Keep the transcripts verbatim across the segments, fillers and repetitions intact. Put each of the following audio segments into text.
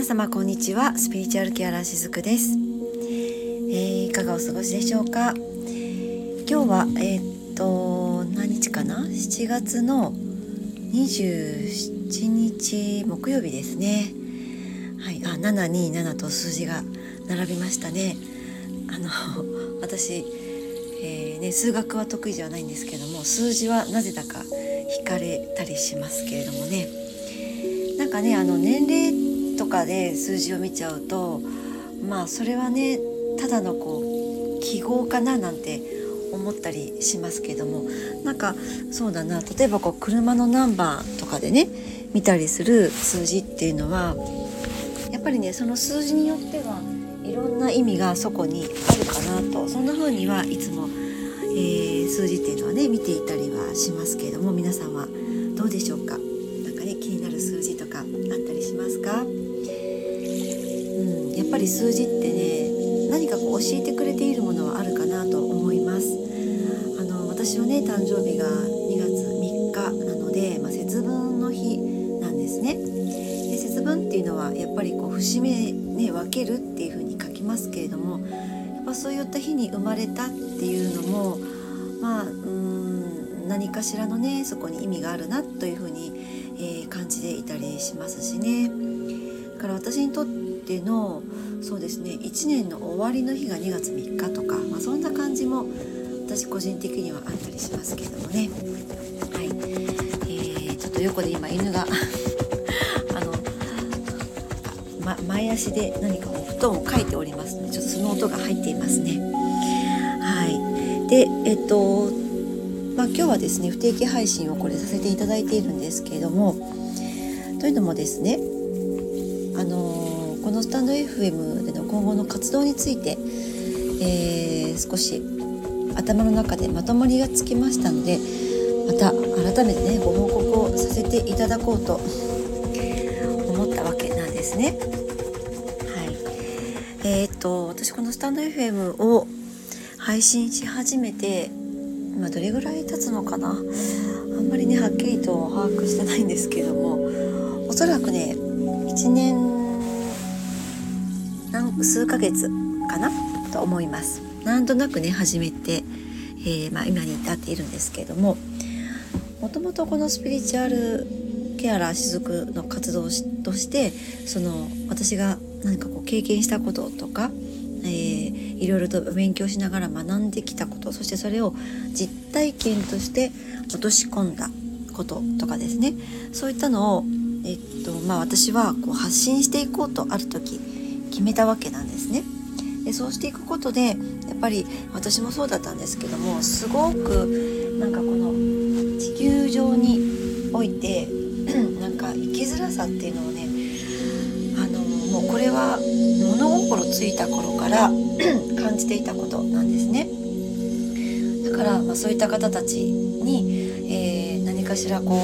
様こんにちは。スピリチュアルケアラーしずくです、えー、いかがお過ごしでしょうか。今日はえー、っと何日かなしちがつのにじゅうしちにち木曜日ですね。はい、あななにーななと数字が並びましたね。あの私、えーね、数学は得意じゃないんですけども、数字はなぜだか惹かれたりしますけれどもね。なんかね、あの年齢とかで数字を見ちゃうと、まあそれはねただのこう記号かななんて思ったりしますけども、なんかそうだな、例えばこう車のナンバーとかでね見たりする数字っていうのはやっぱりね、その数字によってはいろんな意味がそこにあるかなと、そんな風にはいつも、えー、数字っていうのはね見ていたりはしますけれども、皆さんはどうでしょうか。なんかね、気になる数字とかあったりしますか。うん、やっぱり数字ってね、何かこう教えてくれているものはあるかなと思います。あの私はね、誕生日がにがつみっかなので、まあ、節分の日なんですね。で、節分っていうのはやっぱりこう節目ね分けるっていう風に書きますけれども、やっぱそういった日に生まれたっていうのも、まあうーん何かしらのねそこに意味があるなという風に、えー、感じていたりしますしね。だから私にとってでのそうですね、いちねんの終わりの日がにがつみっかとか、まあ、そんな感じも私個人的にはあったりしますけどもね。はい、えー、ちょっと横で今犬があの、ま、前足で何か布団をかいておりますので、ちょっとその音が入っていますね。はい、でえっとまあ今日はですね不定期配信をこれさせていただいているんですけれども、というのもですね、あのこのスタンド エフエム での今後の活動について、えー、少し頭の中でまとまりがつきましたので、また改めてねご報告をさせていただこうと思ったわけなんですね。はい、えー、っと私このスタンド エフエム を配信し始めて、まあ、どれぐらい経つのかな、あんまりねはっきりと把握してないんですけども、おそらくねいちねん数ヶ月かなと思います。なんとなくね始めて、えーまあ、今に至っているんですけれども、もともとこのスピリチュアルケアラーしずくの活動として、その私が何かこう経験したこととか、えー、いろいろと勉強しながら学んできたこと、そしてそれを実体験として落とし込んだこととかですね、そういったのを、えっとまあ、私はこう発信していこうとある時決めたわけなんですね。でそうしていくことでやっぱり私もそうだったんですけども、すごくなんかこの地球上においてなんか生きづらさっていうのをね、あのもうこれは物心ついた頃から感じていたことなんですね。だから、まあ、そういった方たちに、えー、何かしらこ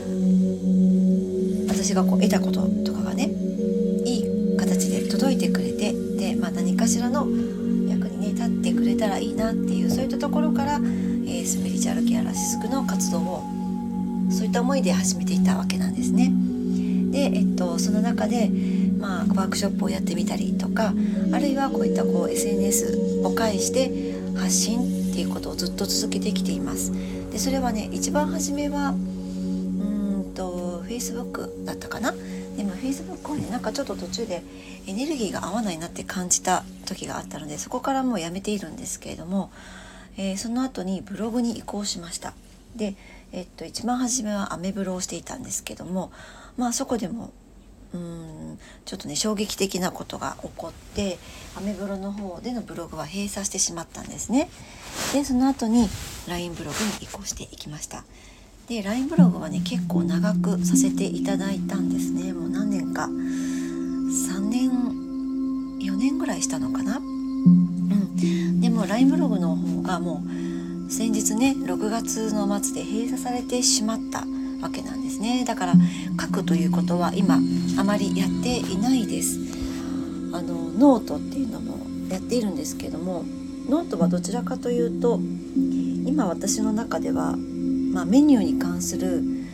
う私がこう得たこととかがね形で届いてくれて、で、まあ、何かしらの役にね立ってくれたらいいなっていう、そういったところから、えー、スピリチュアルケアラーしずくの活動をそういった思いで始めていたわけなんですね。で、えっと、その中で、まあ、ワークショップをやってみたりとか、あるいはこういったこう エスエヌエス を介して発信っていうことをずっと続けてきています。でそれはね、一番初めはうーんと Facebook だったかな。でも Facebook をねなんかちょっと途中でエネルギーが合わないなって感じた時があったので、そこからもうやめているんですけれども、えー、その後にブログに移行しました。で、えっと一番初めはアメブロをしていたんですけども、まあそこでもうーんちょっとね衝撃的なことが起こって、アメブロの方でのブログは閉鎖してしまったんですね。でその後に ライン ブログに移行していきました。で ライン ブログはね結構長くさせていただいたんですね。もう何年かさんねんよねんぐらいしたのかな。うん、でも ライン ブログの方がもう先日ねろくがつの末で閉鎖されてしまったわけなんですね。だから書くということは今あまりやっていないです。あのノートっていうのもやっているんですけども、ノートはどちらかというと今私の中ではまあ、メニューに関する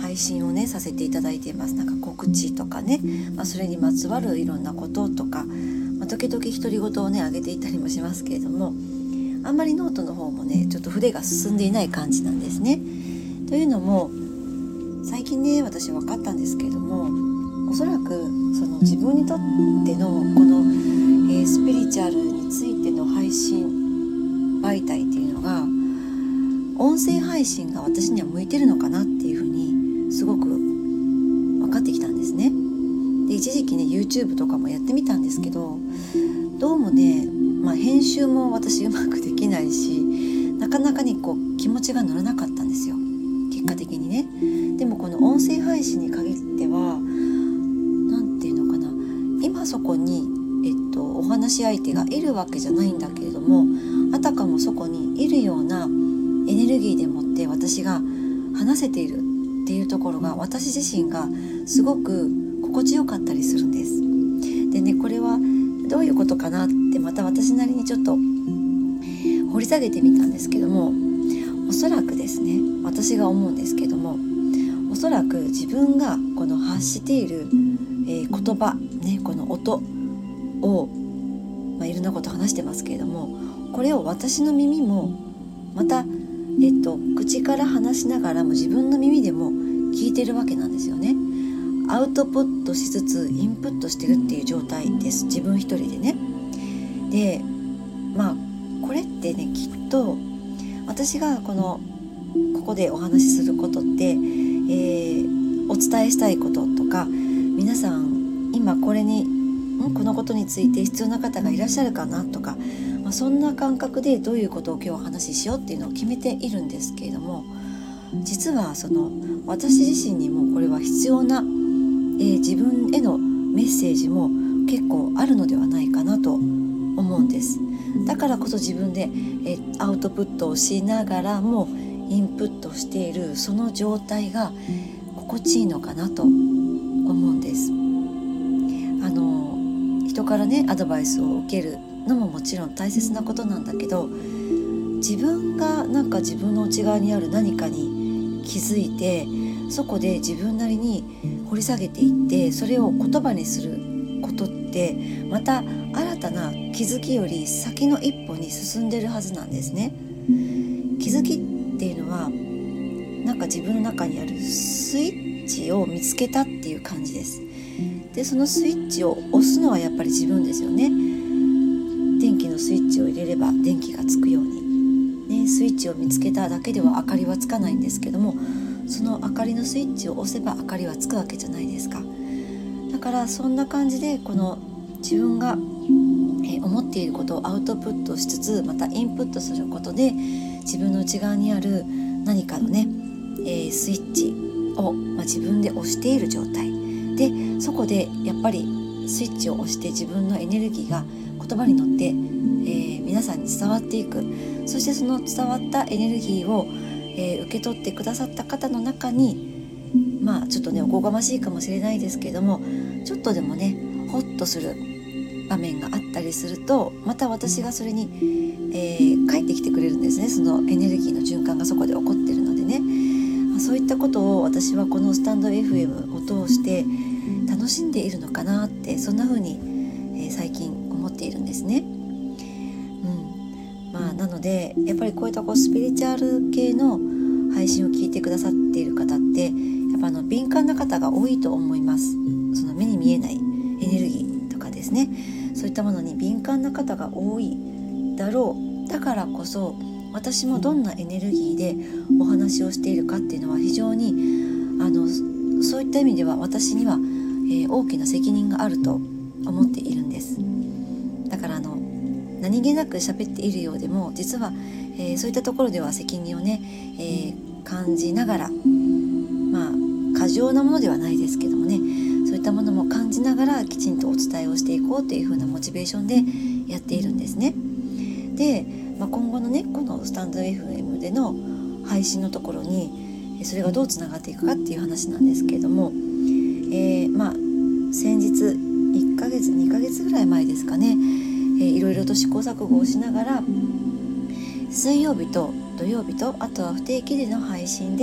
配信をねさせていただいています。なんか告知とかね、まあ、それにまつわるいろんなこととか、まあ、時々独り言をね上げていたりもしますけれども、あんまりノートの方もねちょっと筆が進んでいない感じなんですね。というのも最近ね私分かったんですけれども、おそらくその自分にとってのこの、えー、スピリチュアルについての配信媒体っていうのが音声配信が私には向いてるのかなっていうふうにすごく分かってきたんですね。で一時期ね YouTube とかもやってみたんですけど、どうもね、まあ、編集も私うまくできないし、なかなかにこう気持ちが乗らなかったんですよ、結果的にね。でもこの音声配信に限ってはなんていうのかな、今そこに、えっと、お話し相手がいるわけじゃないんだけれども、あたかもそこにいるようなエネルギーでもって私が話せているっていうところが、私自身がすごく心地よかったりするんです。でね、これはどういうことかなってまた私なりにちょっと掘り下げてみたんですけども、おそらくですね、私が思うんですけども、おそらく自分がこの発している、えー、言葉ね、この音を、まあ、いろんなこと話してますけれども、これを私の耳もまたえっと、口から話しながらも自分の耳でも聞いてるわけなんですよね。アウトプットしつつインプットしてるっていう状態です、自分一人でね。でまあこれってね、きっと私がこのここでお話しすることって、えー、お伝えしたいこととか、皆さん今これにんこのことについて必要な方がいらっしゃるかなとか、まあ、そんな感覚でどういうことを今日お話ししようっていうのを決めているんですけれども、実はその私自身にもこれは必要な、えー、自分へのメッセージも結構あるのではないかなと思うんです。だからこそ自分で、えー、アウトプットをしながらもインプットしているその状態が心地いいのかなと思うんです。あの人からねアドバイスを受けるのももちろん大切なことなんだけど、自分がなんか自分の内側にある何かに気づいて、そこで自分なりに掘り下げていって、それを言葉にすることってまた新たな気づきより先の一歩に進んでるはずなんですね。気づきっていうのはなんか自分の中にあるスイッチを見つけたっていう感じです。でそのスイッチを押すのはやっぱり自分ですよね。電気のスイッチを入れれば電気がつくように、ね、スイッチを見つけただけでは明かりはつかないんですけども、その明かりのスイッチを押せば明かりはつくわけじゃないですか。だからそんな感じでこの自分が思っていることをアウトプットしつつ、またインプットすることで自分の内側にある何かのね、えー、スイッチを、まあ、自分で押している状態で、そこでやっぱりスイッチを押して自分のエネルギーが言葉に乗って、えー、皆さんに伝わっていく。そしてその伝わったエネルギーを、えー、受け取ってくださった方の中に、まあちょっとねおこがましいかもしれないですけれども、ちょっとでもねホッとする場面があったりすると、また私がそれに、えー、帰ってきてくれるんですね。そのエネルギーの循環がそこで起こってるのでね、まあ、そういったことを私はこのスタンド エフエム を通して楽しんでいるのかなって、そんな風に、えー、最近思っているんですね。うん、まあなのでやっぱりこういったこうスピリチュアル系の配信を聞いてくださっている方ってやっぱあの敏感な方が多いと思います。その目に見えないエネルギーとかですね、そういったものに敏感な方が多いだろう。だからこそ私もどんなエネルギーでお話をしているかっていうのは非常にあのそういった意味では私には、えー、大きな責任があると思っているんです。だからあの何気なく喋っているようでも実は、えー、そういったところでは責任をね、えー、感じながら、まあ過剰なものではないですけどもね、そういったものも感じながらきちんとお伝えをしていこうというふうなモチベーションでやっているんですね。で、まあ、今後のねこのスタンド エフエム での配信のところにそれがどうつながっていくかっていう話なんですけれども、えー、まあ先日いっかげつにかげつぐらい前ですかね、えー、いろいろと試行錯誤をしながら水曜日と土曜日とあとは不定期での配信で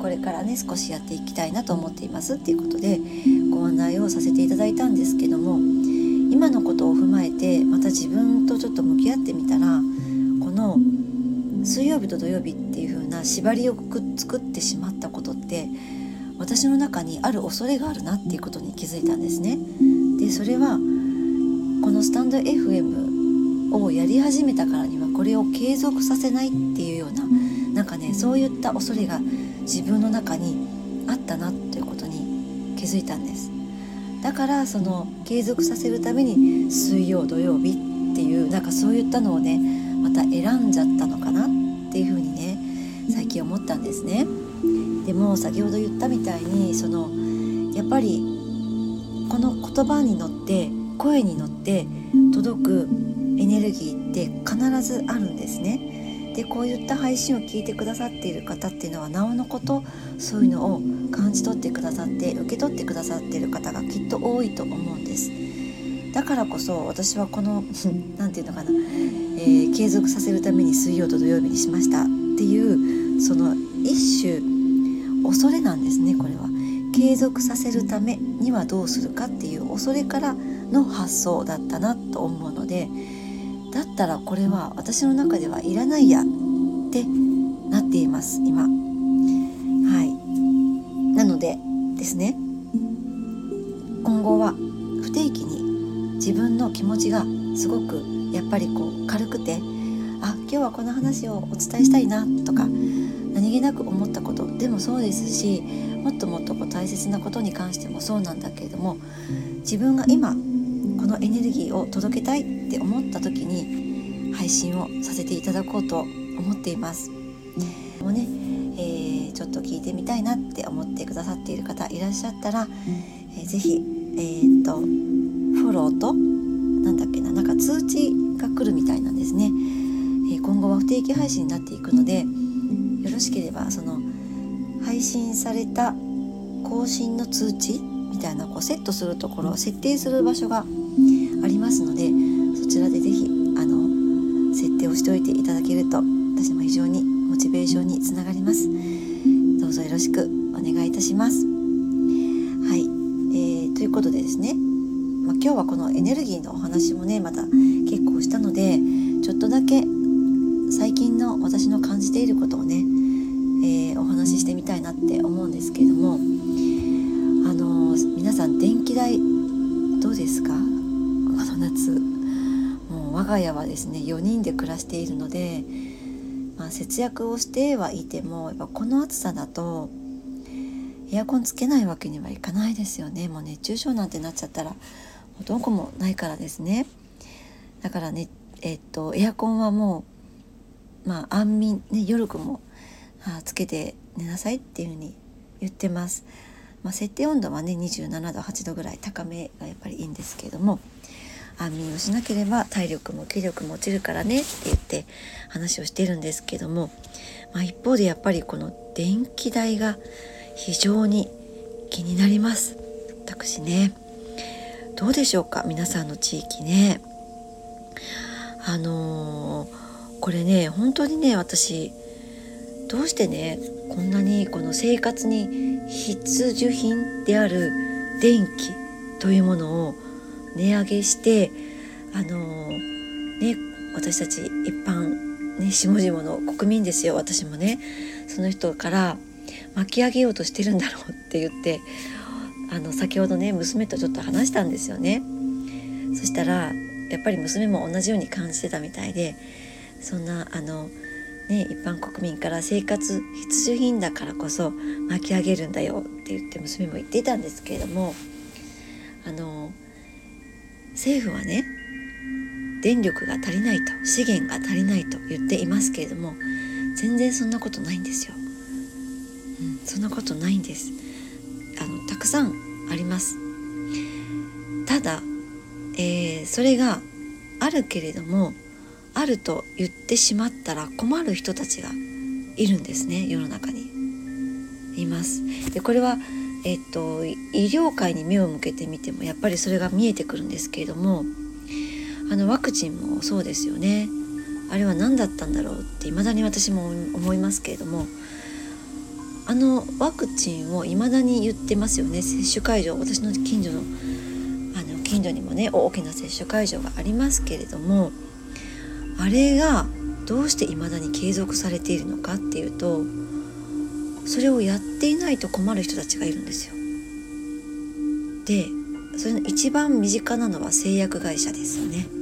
これからね少しやっていきたいなと思っていますっていうことでご案内をさせていただいたんですけども、今のことを踏まえてまた自分とちょっと向き合ってみたら、この水曜日と土曜日っていう風な縛りを作ってしまったことって私の中にある恐れがあるなっていうことに気づいたんですね。でそれはこのスタンド エフエム をやり始めたからにはこれを継続させないっていうようななんかね、そういった恐れが自分の中にあったなということに気づいたんです。だからその継続させるために水曜土曜日っていうなんかそういったのをねまた選んじゃったのかなっていうふうにね最近思ったんですね。でも先ほど言ったみたいにそのやっぱりこの言葉に乗って声に乗って届くエネルギーって必ずあるんですね。でこういった配信を聞いてくださっている方っていうのはなおのことそういうのを感じ取ってくださって受け取ってくださっている方がきっと多いと思うんです。だからこそ私はこのなんていうのかな、えー、継続させるために水曜と土曜日にしましたっていうその一種恐れなんですね。これは継続させるためにはどうするかっていう恐れからの発想だったなと思うので、だったらこれは私の中ではいらないやってなっています今。はい。なのでですね、今後は不定期に自分の気持ちがすごくやっぱりこう軽くて、あ、今日はこの話をお伝えしたいなとか何気なく思ったことでもそうですし、もっともっとこう大切なことに関してもそうなんだけれども、自分が今このエネルギーを届けたいって思った時に配信をさせていただこうと思っています。もうね、えー、ちょっと聞いてみたいなって思ってくださっている方いらっしゃったら、えー、ぜひ、えー、っとフォローとなんだっけな、なんか通知が来るみたいなんですね。えー、今後は不定期配信になっていくので、よろしければその配信された更新の通知みたいなこうセットするところを設定する場所がありますので、そちらでぜひあの設定をしておいていただけると私も非常にモチベーションにつながります。どうぞよろしくお願いいたします。はい、えー、ということでですね、まあ、今日はこのエネルギーのお話もねまた結構したので、ちょっとだけ最近の私の感じていることをね、えー、お話ししてみたいなって思うんですけれども、あのー、皆さん電気代どうですか？この夏もう我が家はですねよにんで暮らしているので、まあ、節約をしてはいてもやっぱこの暑さだとエアコンつけないわけにはいかないですよね。もう熱中症なんてなっちゃったらもうどこもないからですね。だからね、えっとエアコンはもうまあ安眠ね、夜くもあつけて寝なさいっていう風に言ってます。まあ、設定温度はねにじゅうななどはちどぐらい高めがやっぱりいいんですけれども、安眠をしなければ体力も気力も落ちるからねって言って話をしているんですけども、まあ、一方でやっぱりこの電気代が非常に気になります。私ね、どうでしょうか皆さんの地域ね。あのー、これね本当にね、私どうしてねこんなにこの生活に必需品である電気というものを値上げして、あのね、私たち一般、ね、下々の国民ですよ、私もねその人から巻き上げようとしてるんだろうって言って、あの先ほどね娘とちょっと話したんですよね。そしたらやっぱり娘も同じように感じてたみたいで、そんなあのね、一般国民から生活必需品だからこそ巻き上げるんだよって言って娘も言っていたんですけれども、あの政府はね電力が足りないと、資源が足りないと言っていますけれども、全然そんなことないんですよ、うん、そんなことないんです。あのたくさんあります。ただ、えー、それがあるけれどもあると言ってしまったら困る人たちがいるんですね、世の中にいます。でこれは、えっと、医療界に目を向けてみてもやっぱりそれが見えてくるんですけれども、あのワクチンもそうですよね。あれは何だったんだろうって未だに私も思いますけれども、 あのワクチンを未だに言ってますよね。接種会場、私の近所のあの近所にもね大きな接種会場がありますけれども、あれがどうして未だに継続されているのかっていうと、それをやっていないと困る人たちがいるんですよ。で、それの一番身近なのは製薬会社ですよね。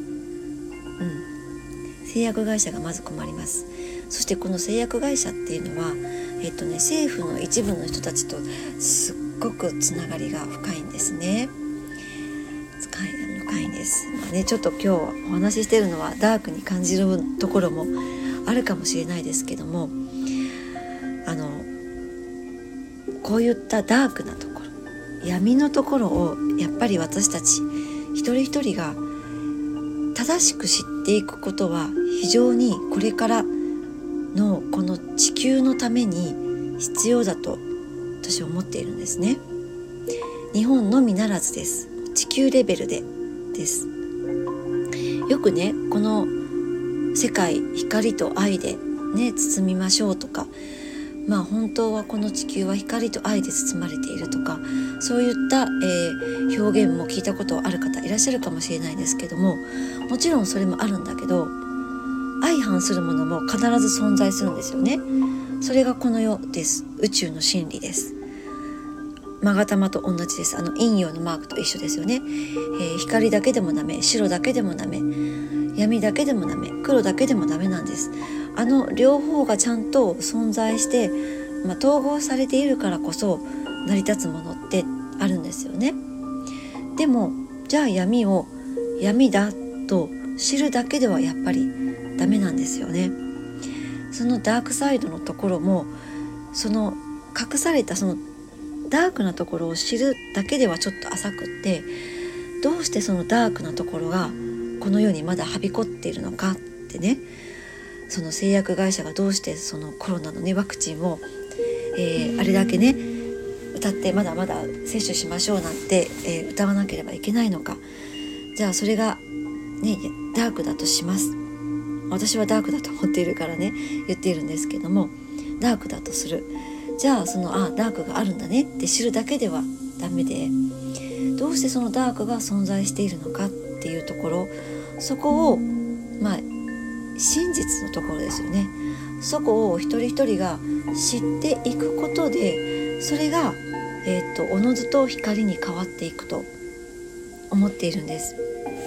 うん、製薬会社がまず困ります。そしてこの製薬会社っていうのは、えっとね、政府の一部の人たちとすっごくつながりが深いんですね。深い、深いんです。まあね、ちょっと今日お話ししてるのはダークに感じるところもあるかもしれないですけども、あのこういったダークなところ、闇のところをやっぱり私たち一人一人が正しく知っていくことは非常にこれからのこの地球のために必要だと私は思っているんですね。日本のみならずです。地球レベルでです。よくね、この世界光と愛でね包みましょうとか、まあ本当はこの地球は光と愛で包まれているとか、そういった、えー、表現も聞いたことある方いらっしゃるかもしれないですけども、もちろんそれもあるんだけど、相反するものも必ず存在するんですよね。それがこの世です。宇宙の真理です。勾玉と同じです。あの陰陽のマークと一緒ですよね。えー、光だけでもダメ、白だけでもダメ、闇だけでもダメ、黒だけでもダメなんです。あの両方がちゃんと存在して、まあ、統合されているからこそ成り立つものってあるんですよね。でもじゃあ闇を闇だと知るだけではやっぱりダメなんですよね。そのダークサイドのところも、その隠されたそのダークなところを知るだけではちょっと浅くって、どうしてそのダークなところがこの世にまだはびこっているのかってね、その製薬会社がどうしてそのコロナのねワクチンを、えー、あれだけね歌ってまだまだ接種しましょうなんて、えー、歌わなければいけないのか。じゃあそれがねダークだとします。私はダークだと思っているからね言っているんですけども、ダークだとする。じゃあそのあダークがあるんだねって知るだけではダメで、どうしてそのダークが存在しているのかっていうところ、そこをまあ真実のところですよね。そこを一人一人が知っていくことで、それが、えー、っとおのずと光に変わっていくと思っているんです。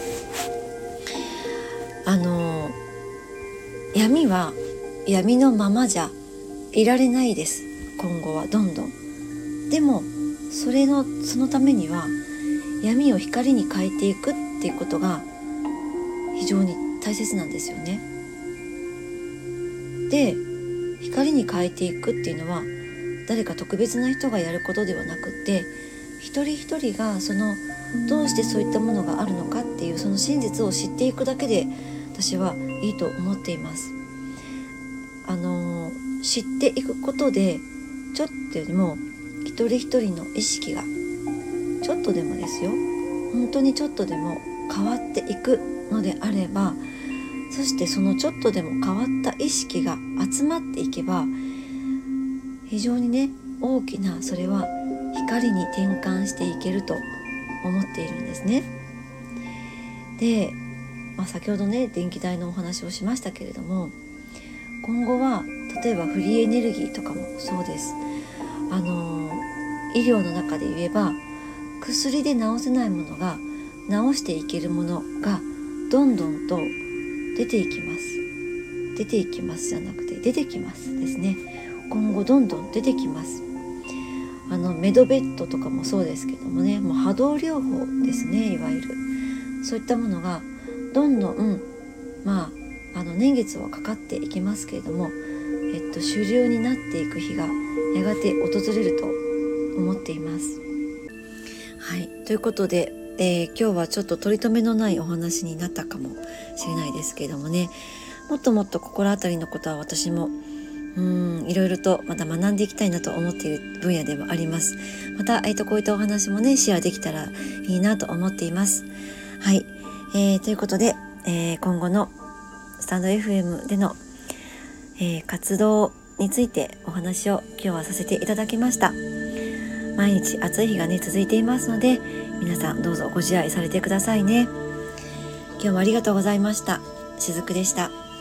あの闇は闇のままじゃいられないです。今後はどんどん。でもそれのそのためには闇を光に変えていくっていうことが非常に大切なんですよね。で、光に変えていくっていうのは誰か特別な人がやることではなくって、一人一人がそのどうしてそういったものがあるのかっていうその真実を知っていくだけで私はいいと思っています。あの知っていくことでちょっとでも一人一人の意識がちょっとでもですよ、本当にちょっとでも変わっていくのであれば、そしてそのちょっとでも変わった意識が集まっていけば、非常にね大きなそれは光に転換していけると思っているんですね。で、まあ、先ほどね電気代のお話をしましたけれども、今後は例えばフリーエネルギーとかもそうです。あの医療の中で言えば薬で治せないものが治していけるものがどんどんと出ていきます。出ていきますじゃなくて出てきますですね。今後どんどん出てきます。あのメドベッドとかもそうですけどもね、もう波動療法ですね、いわゆるそういったものがどんどん、うん、まああの年月はかかっていきますけれども、えっと、主流になっていく日がやがて訪れると思っています。はい、ということで、えー、今日はちょっと取り留めのないお話になったかもしれないですけれどもね、もっともっと心当たりのことは私もうーんいろいろとまた学んでいきたいなと思っている分野でもあります。また、えー、とこういったお話もねシェアできたらいいなと思っています。はい、えー、ということで、えー、今後のスタンド エフエム での、えー、活動についてお話を今日はさせていただきました。毎日暑い日がね続いていますので、皆さんどうぞご自愛されてくださいね。今日もありがとうございました。しずくでした。